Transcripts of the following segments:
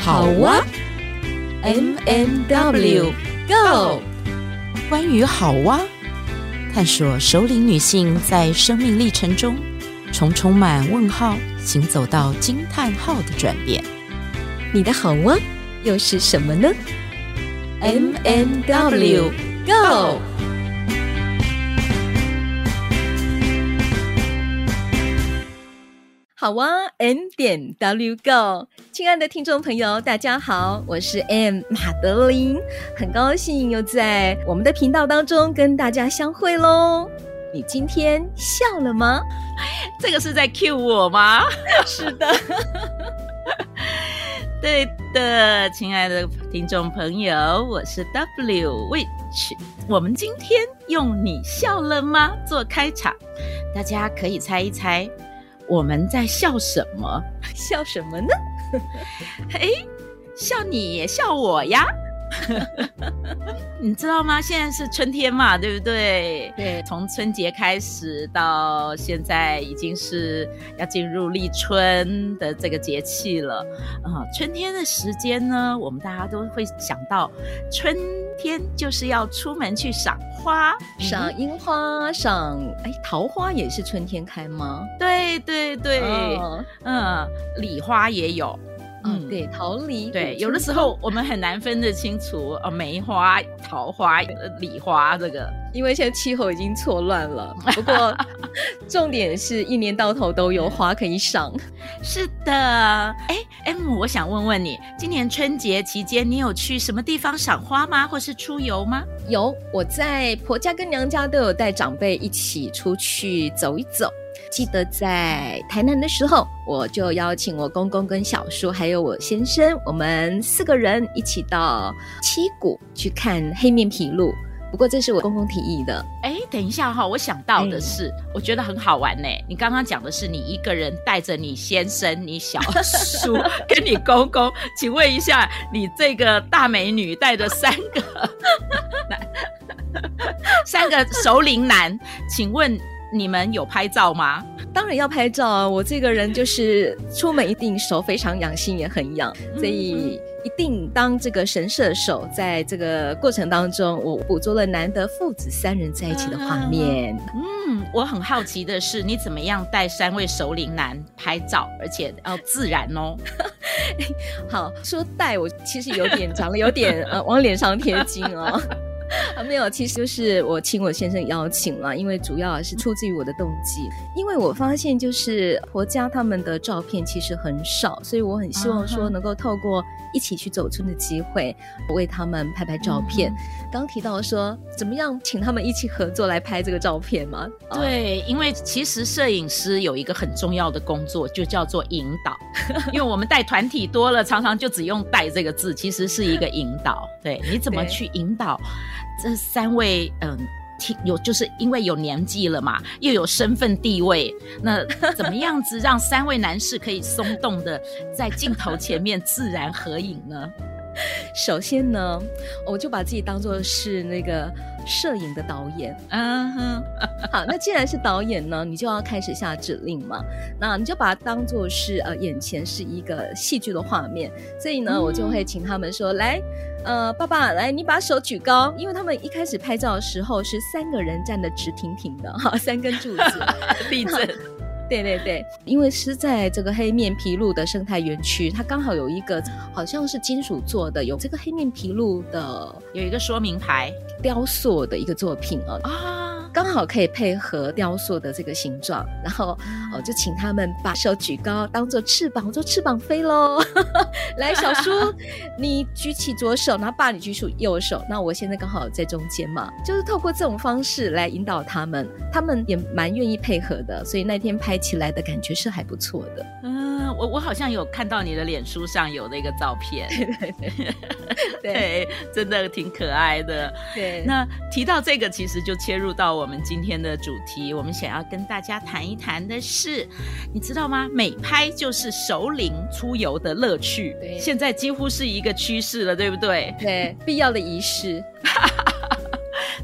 好哇 MMW Go。 关于好哇，探索熟龄女性在生命历程中从充满问号行走到惊叹号的转变。 你的好哇又是什么呢？ MMW Go。好哇 M.W Go， 亲爱的听众朋友大家好，我是 M 马德琳，很高兴又在我们的频道当中跟大家相会咯。你今天笑了吗？ 这个是在 cue 我吗？ 是的对的，亲爱的听众朋友，我是 W Witch。 我们今天用你笑了吗做开场，大家可以猜一猜我们在笑什么？ 笑什么呢？ 笑你也笑我呀你知道吗？现在是春天嘛，对不对？ 对， 从春节开始到现在已经是要进入立春的这个节气了。春天的时间呢，我们大家都会想到春天就是要出门去赏花， 赏樱花，赏桃花也是春天开吗？ 对对对，李花也有。 对，桃李。 对，有的时候我们很难分得清楚梅花、桃花、李花这个， 因为现在气候已经错乱了。不过重点是一年到头都有花可以赏。 是的。M， 我想问问你，今年春节期间你有去什么地方赏花吗？或是出游吗？ 有，我在婆家跟娘家都有带长辈一起出去走一走。记得在台南的时候，我就邀请我公公跟小叔还有我先生，我们4个人一起到七股去看黑面琵鹭。不过这是我公公提议的。 等一下我想到的是，我觉得很好玩呢。你刚刚讲的是你一个人带着你先生、你小叔跟你公公，请问一下，你这个大美女带着3个熟龄男，请问你们有拍照吗？ 当然要拍照啊！我这个人就是出门一定手非常痒，心也很痒，所以一定当这个神射手。在这个过程当中，我捕捉了难得父子3人在一起的画面。 我很好奇的是，你怎么样带3位熟龄男拍照，而且要自然哦？ 好，说带我其实有点长得有点往脸上贴金哦。没有，其实就是我请我先生邀请了，因为主要是出自于我的动机。因为我发现就是婆家他们的照片其实很少，所以我很希望说能够透过一起去走春的机会，为他们拍拍照片。刚提到说怎么样请他们一起合作来拍这个照片嘛？ 对，因为其实摄影师有一个很重要的工作，就叫做引导。因为我们带团体多了，常常就只用带这个字，其实是一个引导。对，你怎么去引导这3位就是因为有年纪了嘛，又有身份地位，那怎么样子让3位男士可以松动的在镜头前面自然合影呢？ 首先呢，我就把自己当作是那个摄影的导演。好，那既然是导演呢，你就要开始下指令嘛。那你就把它当作是眼前是一个戏剧的画面。所以呢，我就会请他们说，来爸爸，来你把手举高。因为他们一开始拍照的时候是3个人站得直挺挺的，3根柱子立正。 对对对，因为是在这个黑面琵鹭的生态园区，它刚好有一个好像是金属做的，有这个黑面琵鹭的有一个说明牌雕塑的一个作品刚好可以配合雕塑的这个形状，然后就请他们把手举高当做翅膀，我说翅膀飞咯来小叔你举起左手，然后爸你举起右手，那我现在刚好在中间嘛，就是透过这种方式来引导他们，他们也蛮愿意配合的，所以那天拍起来的感觉是还不错的。 我好像有看到你的脸书上有那个照片。对，真的挺可爱的。 对， 那提到这个，其实就切入到我们今天的主题，我们想要跟大家谈一谈的是，你知道吗？美拍就是熟龄出游的乐趣， 对， 现在几乎是一个趋势了，对不对？ 对，必要的仪式。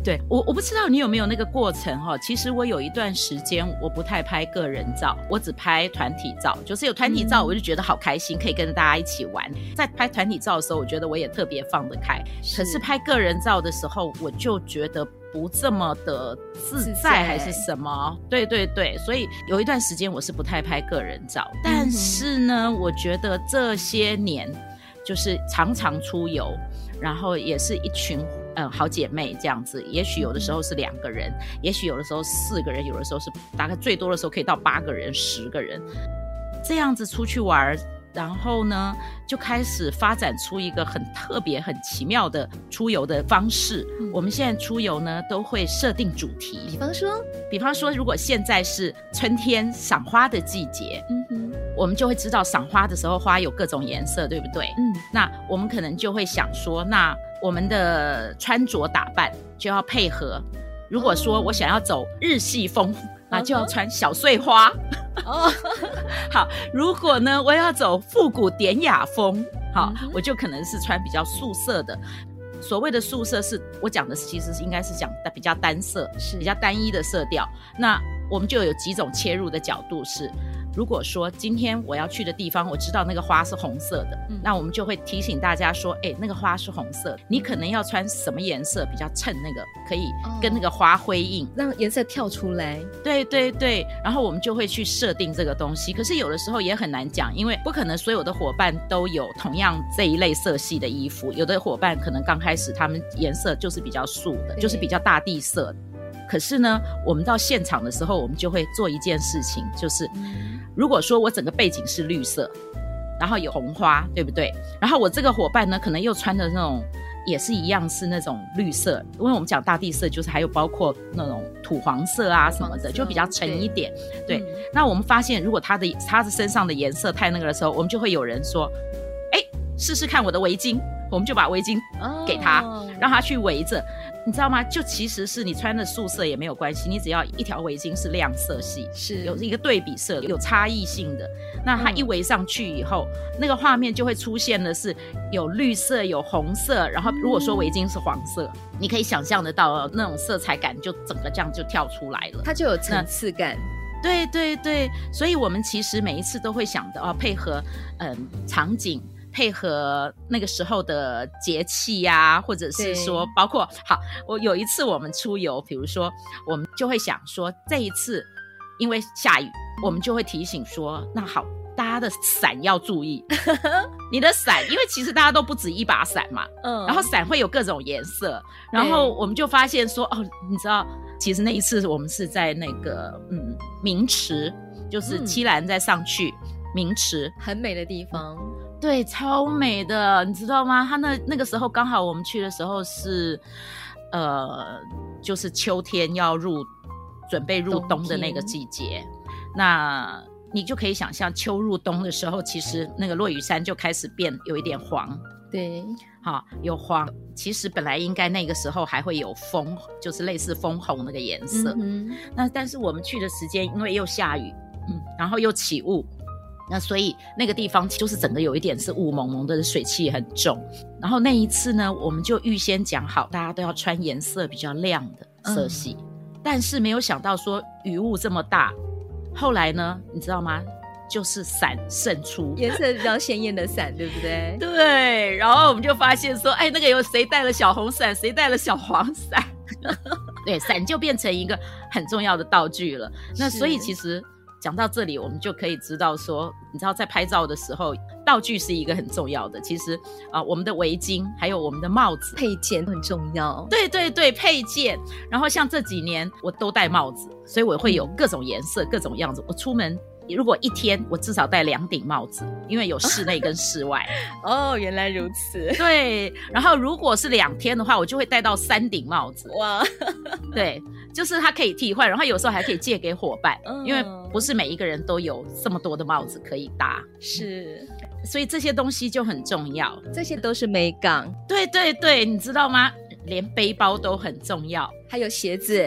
对，我不知道你有没有那个过程哈。其实我有一段时间我不太拍个人照，我只拍团体照，就是有团体照我就觉得好开心，可以跟大家一起玩。在拍团体照的时候，我觉得我也特别放得开。可是拍个人照的时候，我就觉得不这么的自在还是什么。对对对，所以有一段时间我是不太拍个人照。但是呢，我觉得这些年就是常常出游，然后也是一群好姐妹这样子，也许有的时候是2个人，也许有的时候4个人，有的时候是大概最多的时候可以到8个人、10个人，这样子出去玩。然后呢，就开始发展出一个很特别、很奇妙的出游的方式。我们现在出游呢，都会设定主题。比方说，如果现在是春天赏花的季节，我们就会知道赏花的时候花有各种颜色，对不对？那我们可能就会想说，那我们的穿着打扮就要配合。如果说我想要走日系风，那就要穿小碎花。好，如果呢我要走复古典雅风，好，我就可能是穿比较素色的。所谓的素色是我讲的其实应该是讲比较单色，是比较单一的色调。那我们就有几种切入的角度，是如果说今天我要去的地方我知道那个花是红色的，那我们就会提醒大家说，那个花是红色，你可能要穿什么颜色比较衬那个，可以跟那个花辉映， 让颜色跳出来。 对对对，然后我们就会去设定这个东西。可是有的时候也很难讲，因为不可能所有的伙伴都有同样这一类色系的衣服，有的伙伴可能刚开始他们颜色就是比较素的，就是比较大地色的。可是呢，我们到现场的时候，我们就会做一件事情，就是如果说我整个背景是绿色，然后有红花，对不对？然后我这个伙伴呢，可能又穿的那种也是一样是那种绿色，因为我们讲大地色就是还有包括那种土黄色啊什么的，就比较沉一点。对，那我们发现如果他的身上的颜色太那个的时候，我们就会有人说，试试看我的围巾，我们就把围巾给他，让他去围着。你知道吗？就其实是你穿的素色也没有关系，你只要一条围巾是亮色系，是有一个对比色，有差异性的。那它一围上去以后，那个画面就会出现的是有绿色、有红色，然后如果说围巾是黄色，你可以想象得到那种色彩感就整个这样就跳出来了， 它就有层次感。 对对对，所以我们其实每一次都会想的配合场景，配合那个时候的节气啊，或者是说包括好，我有一次我们出游，比如说我们就会想说这一次因为下雨，我们就会提醒说，那好，大家的伞要注意你的伞，因为其实大家都不止一把伞嘛，然后伞会有各种颜色，然后我们就发现说你知道其实那一次我们是在那个明池，就是七兰再上去明池， 很美的地方。 对，超美的，你知道吗？他那个时候刚好我们去的时候是就是秋天要准备入冬的那个季节，那你就可以想象秋入冬的时候，其实那个落羽山就开始变有一点黄。 对， 好，有黄，其实本来应该那个时候还会有枫，就是类似枫红那个颜色，那但是我们去的时间因为又下雨，然后又起雾，那所以那个地方就是整个有一点是雾蒙蒙的，水汽很重。然后那一次呢，我们就预先讲好大家都要穿颜色比较亮的色系，但是没有想到说雨雾这么大，后来呢你知道吗，就是伞胜出， 颜色比较鲜艳的伞，对不对？ 对，然后我们就发现说那个有谁带了小红伞，谁带了小黄伞对，伞就变成一个很重要的道具了。那所以其实讲到这里，我们就可以知道说，你知道在拍照的时候道具是一个很重要的，其实我们的围巾还有我们的帽子配件很重要。 对对对，配件。然后像这几年我都戴帽子，所以我会有各种颜色各种样子。我出门如果一天我至少戴2顶帽子，因为有室内跟室外原来如此。 对，然后如果是2天的话，我就会戴到3顶帽子。哇，对，就是它可以替换，然后有时候还可以借给伙伴，因为不是每一个人都有这么多的帽子可以搭。 是， 所以这些东西就很重要， 这些都是美感。 对对对，你知道吗？连背包都很重要， 还有鞋子。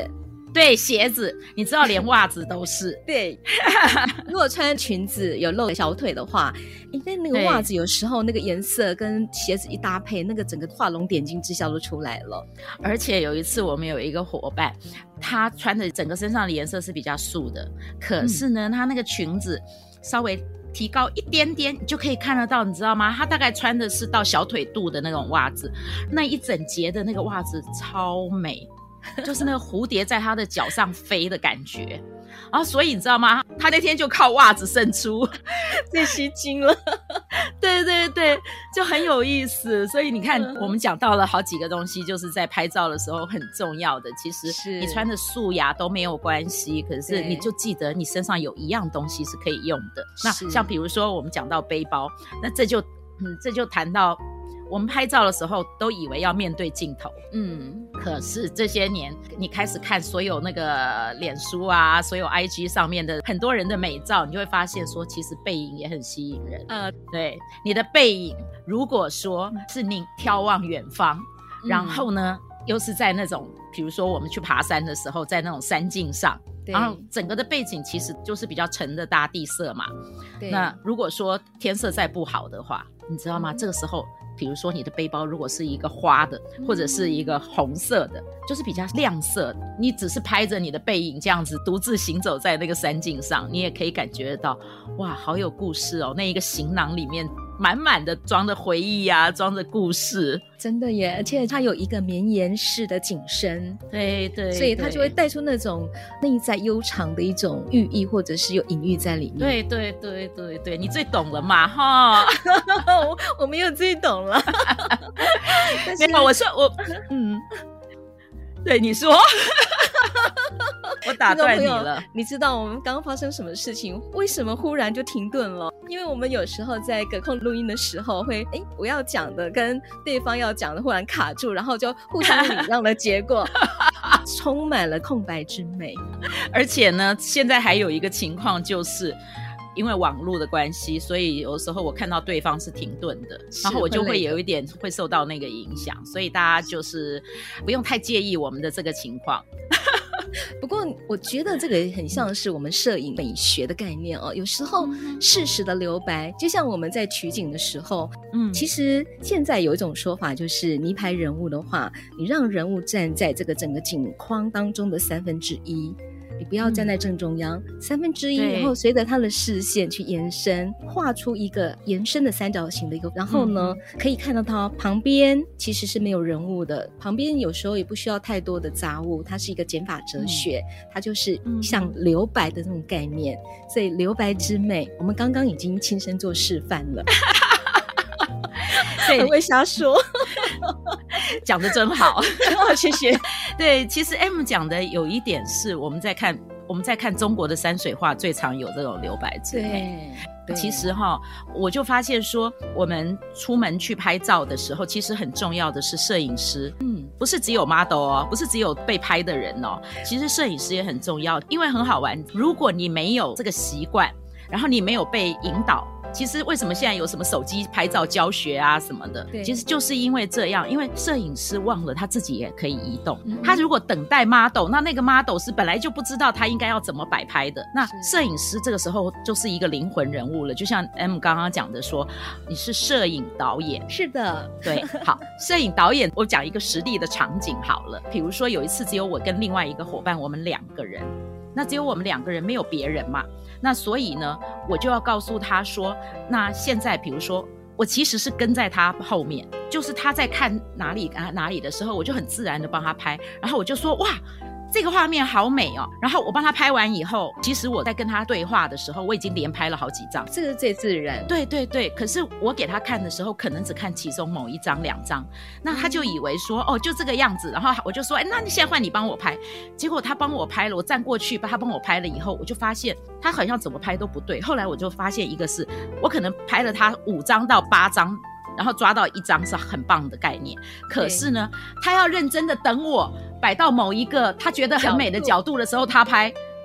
对，鞋子，你知道连袜子都是。 对，如果穿裙子有露小腿的话，那个袜子有时候那个颜色跟鞋子一搭配，那个整个画龙点睛之效都出来了。 而且有一次我们有一个伙伴，他穿的整个身上的颜色是比较素的，可是呢，他那个裙子稍微提高一点点，你就可以看得到，你知道吗？他大概穿的是到小腿肚的那种袜子，那一整节的那个袜子超美，就是那个蝴蝶在他的脚上飞的感觉。然后所以你知道吗，他那天就靠袜子胜出， 最吸睛了。 对对对，就很有意思。所以你看，我们讲到了好几个东西，就是在拍照的时候很重要的。其实你穿的素雅都没有关系，可是你就记得你身上有一样东西是可以用的。那像比如说我们讲到背包，那这就谈到我们拍照的时候都以为要面对镜头，可是这些年你开始看所有那个脸书啊，所有 IG 上面的很多人的美照，你就会发现说其实背影也很吸引人。对，你的背影如果说是你眺望远方，然后呢又是在那种比如说我们去爬山的时候，在那种山径上，然后整个的背景其实就是比较沉的大地色嘛。那如果说天色再不好的话，你知道吗？这个时候比如说你的背包如果是一个花的，或者是一个红色的，就是比较亮色的，你只是拍着你的背影这样子独自行走在那个山径上，你也可以感觉得到，哇，好有故事哦，那一个行囊里面满满的装着回忆啊，装着故事。 真的耶，而且它有一个绵延式的景深， 对对， 所以它就会带出那种内在悠长的一种寓意，或者是有隐喻在里面。 对对对对对，你最懂了嘛哈。 我没有最懂了。 没有，我说我对，你说。我打断你了。 你知道我们刚刚发生什么事情？为什么忽然就停顿了？因为我们有时候在隔空录音的时候会我要讲的跟对方要讲的忽然卡住，然后就互相礼让的结果充满了空白之美。 而且呢，现在还有一个情况，就是因为网络的关系，所以有时候我看到对方是停顿的，然后我就会有一点会受到那个影响，所以大家就是不用太介意我们的这个情况。 不过我觉得这个很像是我们摄影美学的概念哦。有时候适时的留白，就像我们在取景的时候，其实现在有一种说法，就是你拍人物的话，你让人物站在这个整个景框当中的1/3，你不要站在正中央，1/3，然后随着他的视线去延伸，画出一个延伸的三角形的一个，然后呢，可以看到它旁边其实是没有人物的，旁边有时候也不需要太多的杂物，它是一个减法哲学，它就是像留白的那种概念，所以留白之美，我们刚刚已经亲身做示范了。很会瞎说。 讲得真好。 谢谢。 对，其实 M 讲的有一点是我们在看中国的山水画最常有这种留白之美。其实我就发现说我们出门去拍照的时候，其实很重要的是摄影师，不是只有 model 哦，不是只有被拍的人哦，其实摄影师也很重要，因为很好玩，如果你没有这个习惯，然后你没有被引导，其实为什么现在有什么手机拍照教学啊什么的，其实就是因为这样，因为摄影师忘了他自己也可以移动，他如果等待 model， 那个 model 是本来就不知道他应该要怎么摆拍的，那摄影师这个时候就是一个灵魂人物了，就像 M 刚刚讲的说你是摄影导演。 是的， 对。好，摄影导演，我讲一个实地的场景好了，比如说有一次只有我跟另外一个伙伴，我们2个人，那只有我们2个人，没有别人嘛，那所以呢我就要告诉他说，那现在比如说我其实是跟在他后面，就是他在看哪里的时候，我就很自然的帮他拍，然后我就说哇这个画面好美哦，然后我帮他拍完以后，其实我在跟他对话的时候，我已经连拍了好几张， 这个是最自然。 对对对，可是我给他看的时候，可能只看其中某1张2张，那他就以为说就这个样子，然后我就说那现在换你帮我拍，结果他帮我拍了，我站过去他帮我拍了以后，我就发现他好像怎么拍都不对，后来我就发现一个是我可能拍了他5张到8张，然后抓到1张是很棒的概念，可是呢他要认真的等我摆到某一个他觉得很美的角度的时候他拍，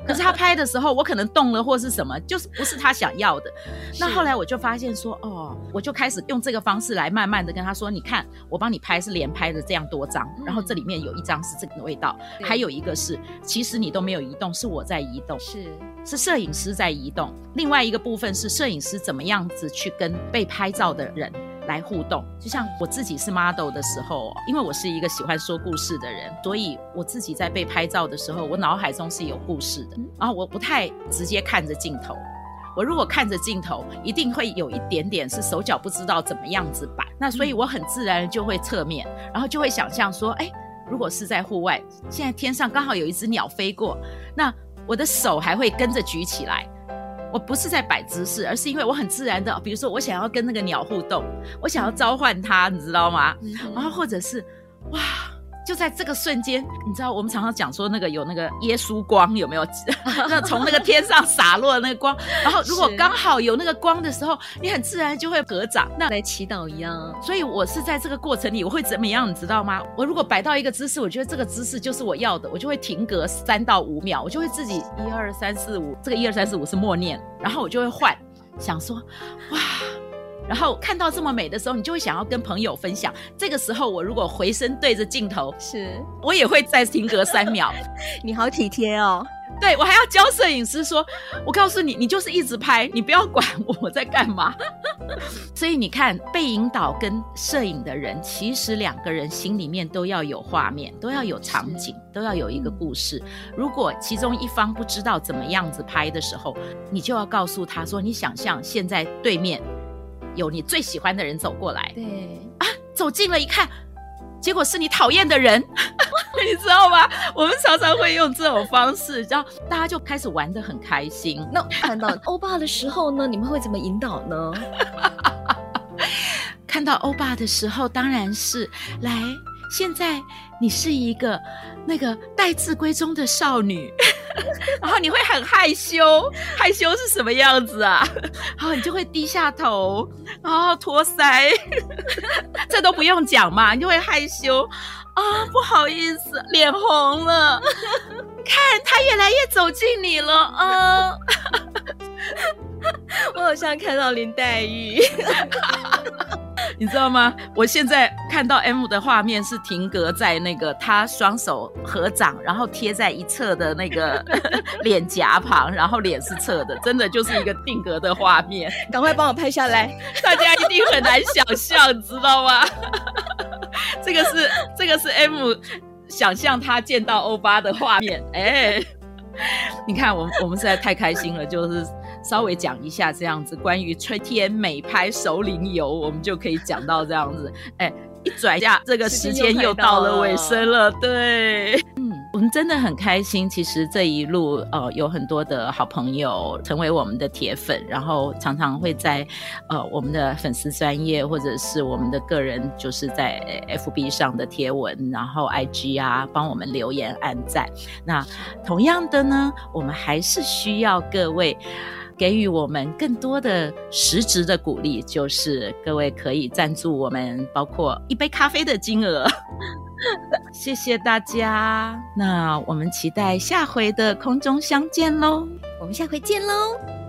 可是他拍的时候我可能动了或是什么，就是不是他想要的。那后来我就发现说我就开始用这个方式来慢慢的跟他说，你看我帮你拍是连拍的这样多张，然后这里面有一张是这个味道，还有一个是其实你都没有移动，是我在移动，是摄影师在移动，另外一个部分是摄影师怎么样子去跟被拍照的人来互动。就像我自己是 model 的时候，因为我是一个喜欢说故事的人，所以我自己在被拍照的时候，我脑海中是有故事的，然后我不太直接看着镜头，我如果看着镜头一定会有一点点是手脚不知道怎么样子摆，那所以我很自然就会侧面，然后就会想象说如果是在户外，现在天上刚好有一只鸟飞过，那我的手还会跟着举起来，我不是在摆姿势，而是因为我很自然的，比如说我想要跟那个鸟互动，我想要召唤它，你知道吗？然后或者是哇，就在这个瞬间，你知道我们常常讲说那个有那个耶稣光有没有？那从那个天上洒落的那个光，然后如果刚好有那个光的时候，你很自然就会合掌，那来祈祷一样。所以我是在这个过程里我会怎么样，你知道吗？我如果摆到一个姿势，我觉得这个姿势就是我要的，我就会停格3到5秒，我就会自己1 2 3 4 5，这个1 2 3 4 5是默念，然后我就会换，想说哇。然后看到这么美的时候，你就会想要跟朋友分享。这个时候我如果回身对着镜头，我也会再停格3秒。 你好体贴哦。 对，我还要教摄影师说，我告诉你，你就是一直拍，你不要管我在干嘛。所以你看，被引导跟摄影的人，其实2个人心里面都要有画面，都要有场景，都要有一个故事。如果其中一方不知道怎么样子拍的时候，你就要告诉他说，你想象现在对面有你最喜欢的人走过来， 对走近了一看，结果是你讨厌的人。你知道吗？我们常常会用这种方式，然后大家就开始玩得很开心。 那看到欧巴的时候呢，你们会怎么引导呢？ 看到欧巴的时候，当然是来，现在你是一个那个待字闺中的少女。然后你会很害羞，害羞是什么样子啊？然后你就会低下头，然后托腮，这都不用讲嘛，你就会害羞不好意思，脸红了。看他越来越走近你了我好像看到林黛玉。 你知道吗？我现在看到 M 的画面是停格在那个他双手合掌，然后贴在一侧的那个脸颊旁，然后脸是侧的，真的就是一个定格的画面。 赶快帮我拍下来， 大家一定很难想象，知道吗？这个是 M 想象他见到欧巴的画面。你看我们实在太开心了，就是稍微讲一下这样子关于春天美拍熟龄游，我们就可以讲到这样子。一转下这个时间又到了尾声了。对，我们真的很开心。其实这一路有很多的好朋友成为我们的铁粉，然后常常会在我们的粉丝专页或者是我们的个人就是在 FB 上的贴文，然后 IG 帮我们留言按赞。那同样的呢，我们还是需要各位给予我们更多的实质的鼓励，就是各位可以赞助我们包括1杯咖啡的金额。谢谢大家，那我们期待下回的空中相见咯。 我们下回见咯。